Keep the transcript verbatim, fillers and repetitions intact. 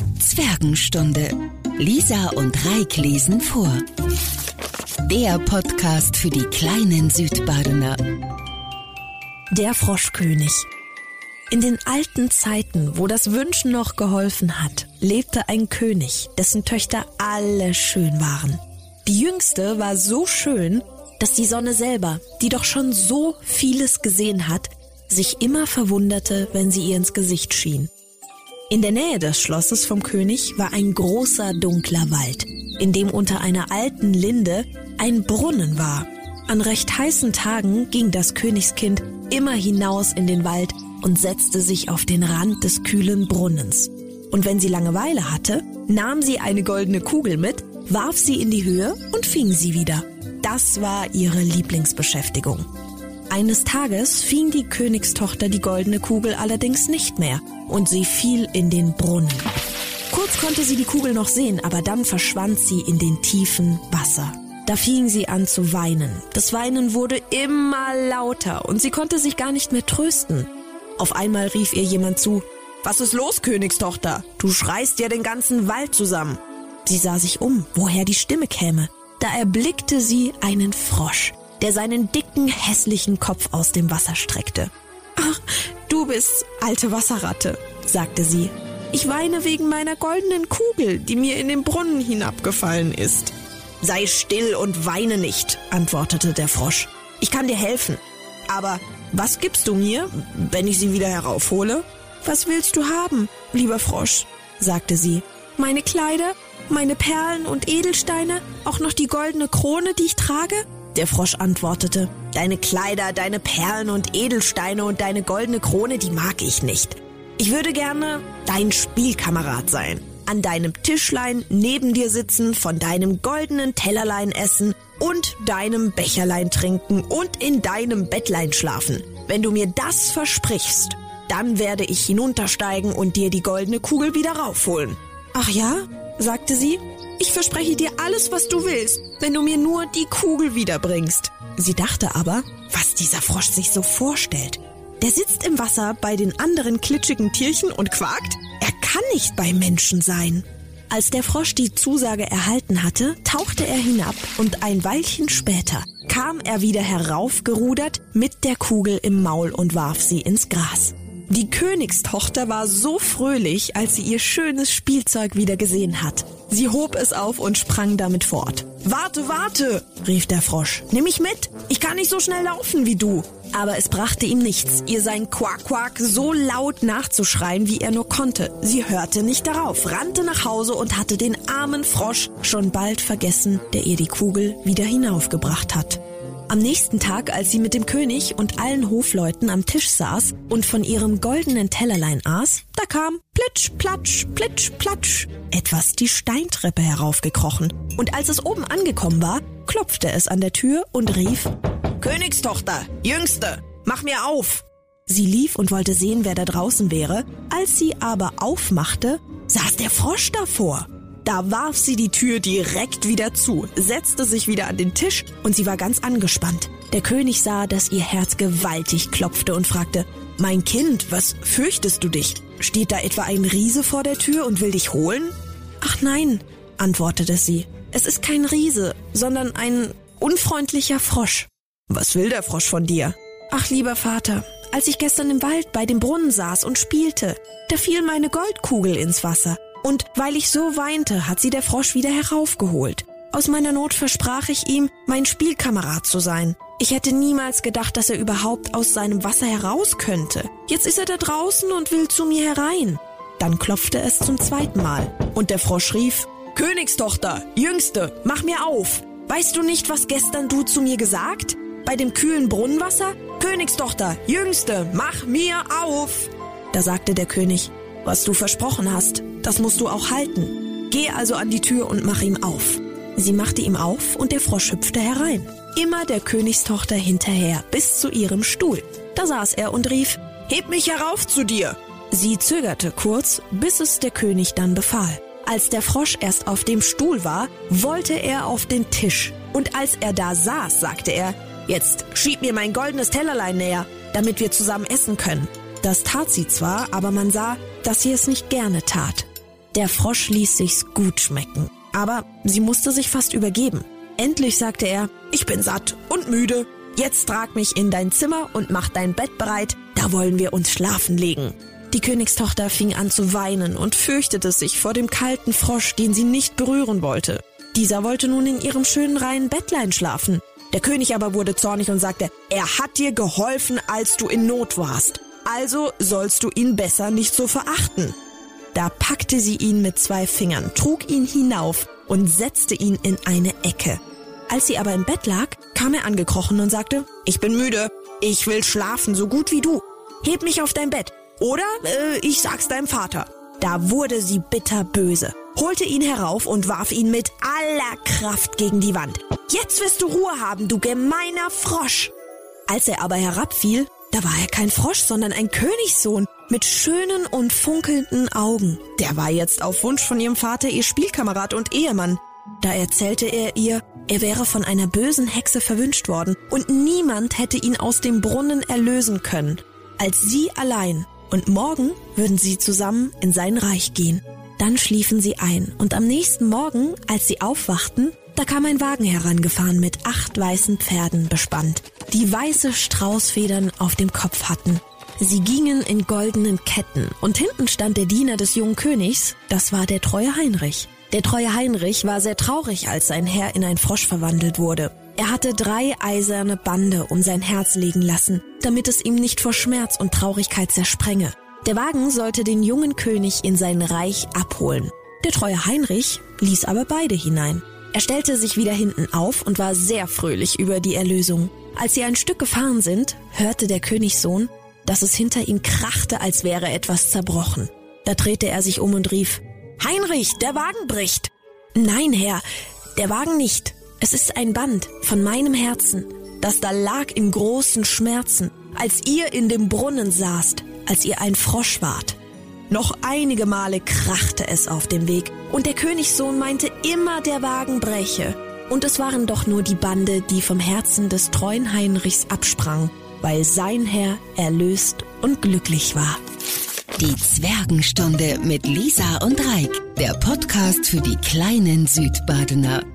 Zwergenstunde. Lisa und Reik lesen vor. Der Podcast für die kleinen Südbadener. Der Froschkönig. In den alten Zeiten, wo das Wünschen noch geholfen hat, lebte ein König, dessen Töchter alle schön waren. Die jüngste war so schön, dass die Sonne selber, die doch schon so vieles gesehen hat, sich immer verwunderte, wenn sie ihr ins Gesicht schien. In der Nähe des Schlosses vom König war ein großer, dunkler Wald, in dem unter einer alten Linde ein Brunnen war. An recht heißen Tagen ging das Königskind immer hinaus in den Wald und setzte sich auf den Rand des kühlen Brunnens. Und wenn sie Langeweile hatte, nahm sie eine goldene Kugel mit, warf sie in die Höhe und fing sie wieder. Das war ihre Lieblingsbeschäftigung. Eines Tages fing die Königstochter die goldene Kugel allerdings nicht mehr und sie fiel in den Brunnen. Kurz konnte sie die Kugel noch sehen, aber dann verschwand sie in den tiefen Wasser. Da fing sie an zu weinen. Das Weinen wurde immer lauter und sie konnte sich gar nicht mehr trösten. Auf einmal rief ihr jemand zu: »Was ist los, Königstochter? Du schreist ja den ganzen Wald zusammen.« Sie sah sich um, woher die Stimme käme. Da erblickte sie einen Frosch, der seinen dicken, hässlichen Kopf aus dem Wasser streckte. »Ach, du bist's, alte Wasserratte«, sagte sie. »Ich weine wegen meiner goldenen Kugel, die mir in den Brunnen hinabgefallen ist.« »Sei still und weine nicht«, antwortete der Frosch. »Ich kann dir helfen. Aber was gibst du mir, wenn ich sie wieder heraufhole?« »Was willst du haben, lieber Frosch?«, sagte sie. »Meine Kleider, meine Perlen und Edelsteine, auch noch die goldene Krone, die ich trage?« Der Frosch antwortete: »Deine Kleider, deine Perlen und Edelsteine und deine goldene Krone, die mag ich nicht. Ich würde gerne dein Spielkamerad sein, an deinem Tischlein neben dir sitzen, von deinem goldenen Tellerlein essen und deinem Becherlein trinken und in deinem Bettlein schlafen. Wenn du mir das versprichst, dann werde ich hinuntersteigen und dir die goldene Kugel wieder raufholen.« »Ach ja«, sagte sie, »ich verspreche dir alles, was du willst, wenn du mir nur die Kugel wiederbringst.« Sie dachte aber, was dieser Frosch sich so vorstellt. Der sitzt im Wasser bei den anderen klitschigen Tierchen und quakt. Er kann nicht bei Menschen sein. Als der Frosch die Zusage erhalten hatte, tauchte er hinab und ein Weilchen später kam er wieder heraufgerudert mit der Kugel im Maul und warf sie ins Gras. Die Königstochter war so fröhlich, als sie ihr schönes Spielzeug wieder gesehen hat. Sie hob es auf und sprang damit fort. »Warte, warte«, rief der Frosch. »Nimm mich mit, ich kann nicht so schnell laufen wie du.« Aber es brachte ihm nichts, ihr sein Quack Quack so laut nachzuschreien, wie er nur konnte. Sie hörte nicht darauf, rannte nach Hause und hatte den armen Frosch schon bald vergessen, der ihr die Kugel wieder hinaufgebracht hat. Am nächsten Tag, als sie mit dem König und allen Hofleuten am Tisch saß und von ihrem goldenen Tellerlein aß, da kam plitsch, platsch, plitsch, platsch etwas die Steintreppe heraufgekrochen. Und als es oben angekommen war, klopfte es an der Tür und rief: »Königstochter, Jüngste, mach mir auf!« Sie lief und wollte sehen, wer da draußen wäre. Als sie aber aufmachte, saß der Frosch davor. Da warf sie die Tür direkt wieder zu, setzte sich wieder an den Tisch und sie war ganz angespannt. Der König sah, dass ihr Herz gewaltig klopfte und fragte: »Mein Kind, was fürchtest du dich? Steht da etwa ein Riese vor der Tür und will dich holen?« »Ach nein«, antwortete sie, »es ist kein Riese, sondern ein unfreundlicher Frosch.« »Was will der Frosch von dir?« »Ach, lieber Vater, als ich gestern im Wald bei dem Brunnen saß und spielte, da fiel meine Goldkugel ins Wasser. Und weil ich so weinte, hat sie der Frosch wieder heraufgeholt. Aus meiner Not versprach ich ihm, mein Spielkamerad zu sein. Ich hätte niemals gedacht, dass er überhaupt aus seinem Wasser heraus könnte. Jetzt ist er da draußen und will zu mir herein.« Dann klopfte es zum zweiten Mal. Und der Frosch rief: »Königstochter, Jüngste, mach mir auf! Weißt du nicht, was gestern du zu mir gesagt? Bei dem kühlen Brunnenwasser? Königstochter, Jüngste, mach mir auf!« Da sagte der König: »Was du versprochen hast, das musst du auch halten. Geh also an die Tür und mach ihm auf.« Sie machte ihm auf und der Frosch hüpfte herein. Immer der Königstochter hinterher, bis zu ihrem Stuhl. Da saß er und rief: »Heb mich herauf zu dir!« Sie zögerte kurz, bis es der König dann befahl. Als der Frosch erst auf dem Stuhl war, wollte er auf den Tisch. Und als er da saß, sagte er: »Jetzt schieb mir mein goldenes Tellerlein näher, damit wir zusammen essen können.« Das tat sie zwar, aber man sah, dass sie es nicht gerne tat. Der Frosch ließ sich's gut schmecken, aber sie musste sich fast übergeben. Endlich sagte er, ich bin satt und müde. Jetzt trag mich in dein Zimmer und mach dein Bett bereit, da wollen wir uns schlafen legen. Die Königstochter fing an zu weinen und fürchtete sich vor dem kalten Frosch, den sie nicht berühren wollte. Dieser wollte nun in ihrem schönen reinen Bettlein schlafen. Der König aber wurde zornig und sagte, er hat dir geholfen, als du in Not warst. Also sollst du ihn besser nicht so verachten. Da packte sie ihn mit zwei Fingern, trug ihn hinauf und setzte ihn in eine Ecke. Als sie aber im Bett lag, kam er angekrochen und sagte, ich bin müde, ich will schlafen, so gut wie du. Heb mich auf dein Bett, oder äh, ich sag's deinem Vater. Da wurde sie bitterböse, holte ihn herauf und warf ihn mit aller Kraft gegen die Wand. Jetzt wirst du Ruhe haben, du gemeiner Frosch. Als er aber herabfiel, da war er kein Frosch, sondern ein Königssohn mit schönen und funkelnden Augen. Der war jetzt auf Wunsch von ihrem Vater ihr Spielkamerad und Ehemann. Da erzählte er ihr, er wäre von einer bösen Hexe verwünscht worden und niemand hätte ihn aus dem Brunnen erlösen können, als sie allein. Und morgen würden sie zusammen in sein Reich gehen. Dann schliefen sie ein und am nächsten Morgen, als sie aufwachten, da kam ein Wagen herangefahren mit acht weißen Pferden bespannt, die weiße Straußfedern auf dem Kopf hatten. Sie gingen in goldenen Ketten und hinten stand der Diener des jungen Königs, das war der treue Heinrich. Der treue Heinrich war sehr traurig, als sein Herr in einen Frosch verwandelt wurde. Er hatte drei eiserne Bande um sein Herz legen lassen, damit es ihm nicht vor Schmerz und Traurigkeit zersprenge. Der Wagen sollte den jungen König in sein Reich abholen. Der treue Heinrich ließ aber beide hinein. Er stellte sich wieder hinten auf und war sehr fröhlich über die Erlösung. Als sie ein Stück gefahren sind, hörte der Königssohn, dass es hinter ihm krachte, als wäre etwas zerbrochen. Da drehte er sich um und rief, Heinrich, der Wagen bricht. Nein, Herr, der Wagen nicht. Es ist ein Band von meinem Herzen, das da lag in großen Schmerzen, als ihr in dem Brunnen saßt, als ihr ein Frosch wart. Noch einige Male krachte es auf dem Weg und der Königssohn meinte immer, der Wagen breche. Und es waren doch nur die Bande, die vom Herzen des treuen Heinrichs absprang, weil sein Herr erlöst und glücklich war. Die Zwergenstunde mit Lisa und Reik, der Podcast für die kleinen Südbadener.